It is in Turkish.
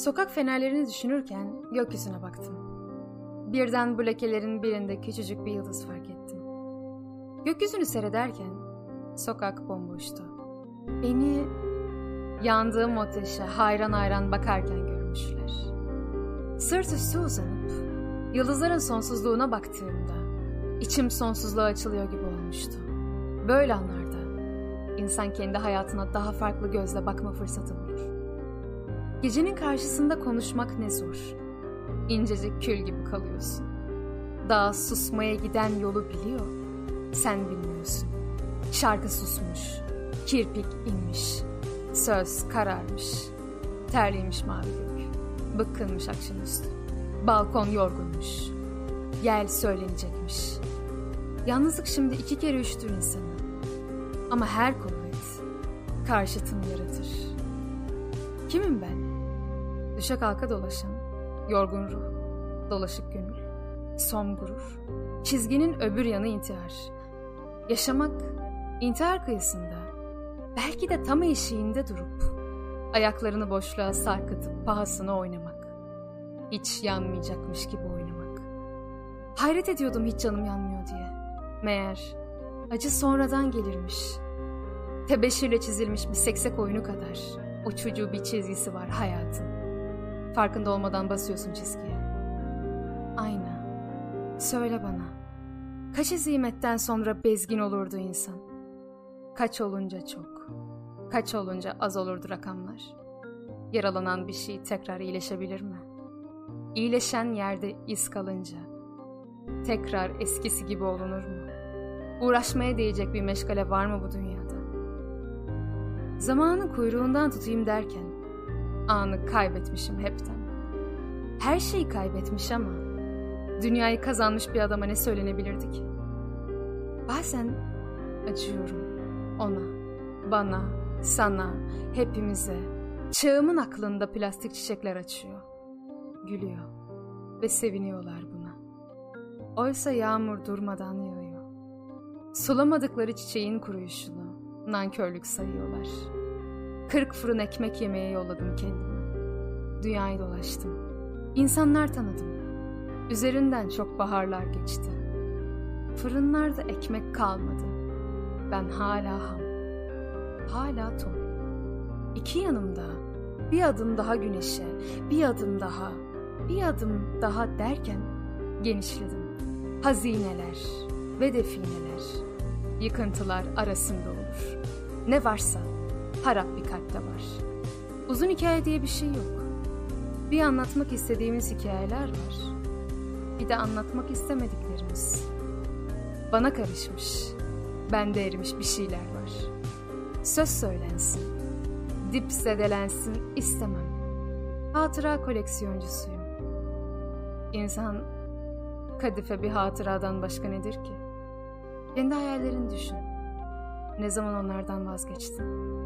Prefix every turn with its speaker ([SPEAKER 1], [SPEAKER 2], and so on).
[SPEAKER 1] Sokak fenerlerini düşünürken gökyüzüne baktım. Birden bu lekelerin birinde küçücük bir yıldız fark ettim. Gökyüzünü seyrederken sokak bomboştu. Beni yandığım ateşe hayran hayran bakarken görmüşler. Sırt üstü uzanıp yıldızların sonsuzluğuna baktığımda içim sonsuzluğa açılıyor gibi olmuştu. Böyle anlarda insan kendi hayatına daha farklı gözle bakma fırsatı bulur. Gecenin karşısında konuşmak ne zor. İncecik kül gibi kalıyorsun. Daha susmaya giden yolu biliyor, sen bilmiyorsun. Şarkı susmuş, kirpik inmiş, söz kararmış, terliymiş mavi gök, bıkkınmış akşamüstü, balkon yorgunmuş, yel söylenecekmiş. Yalnızlık şimdi 2 kere üşütür insanı. Ama her kuvvet karşıtını yaratır. Kimim ben? Düşe kalka dolaşan, yorgun ruh, dolaşık gönül, som gurur, çizginin öbür yanı intihar. Yaşamak, intihar kıyısında, belki de tam eşiğinde durup, ayaklarını boşluğa sarkıtıp pahasına oynamak. Hiç yanmayacakmış gibi oynamak. Hayret ediyordum hiç canım yanmıyor diye. Meğer acı sonradan gelirmiş. Tebeşirle çizilmiş bir seksek oyunu kadar uçucu bir çizgisi var hayatın. Farkında olmadan basıyorsun çizgiye. Ayna, söyle bana, kaç hezimetten sonra bezgin olurdu insan? Kaç olunca çok, kaç olunca az olurdu rakamlar? Yaralanan bir şey tekrar iyileşebilir mi? İyileşen yerde iz kalınca tekrar eskisi gibi olunur mu? Uğraşmaya değecek bir meşgale var mı bu dünyada? Zamanın kuyruğundan tutayım derken anı kaybetmişim hepten. Her şeyi kaybetmiş ama dünyayı kazanmış bir adama ne söylenebilirdi ki? Bazen acıyorum ona, bana, sana, hepimize. Çağımın aklında plastik çiçekler açıyor, gülüyor ve seviniyorlar buna. Oysa yağmur durmadan yağıyor. Sulamadıkları çiçeğin kuruyuşunu nankörlük sayıyorlar. 40 fırın ekmek yemeye yolladım kendimi. Dünyayı dolaştım. İnsanlar tanıdım. Üzerinden çok baharlar geçti. Fırınlarda ekmek kalmadı. Ben hala ham. Hala tok. 2 yanımda bir adım daha güneşe, bir adım daha, bir adım daha derken genişledim. Hazineler ve defineler, yıkıntılar arasında olur. Ne varsa harap bir kalpte var. Uzun hikaye diye bir şey yok. Bir anlatmak istediğimiz hikayeler var. Bir de anlatmak istemediklerimiz. Bana karışmış, bende erimiş bir şeyler var. Söz söylensin, dip zedelensin istemem. Hatıra koleksiyoncusuyum. İnsan kadife bir hatıradan başka nedir ki? Kendi hayallerini düşün. Ne zaman onlardan vazgeçtin?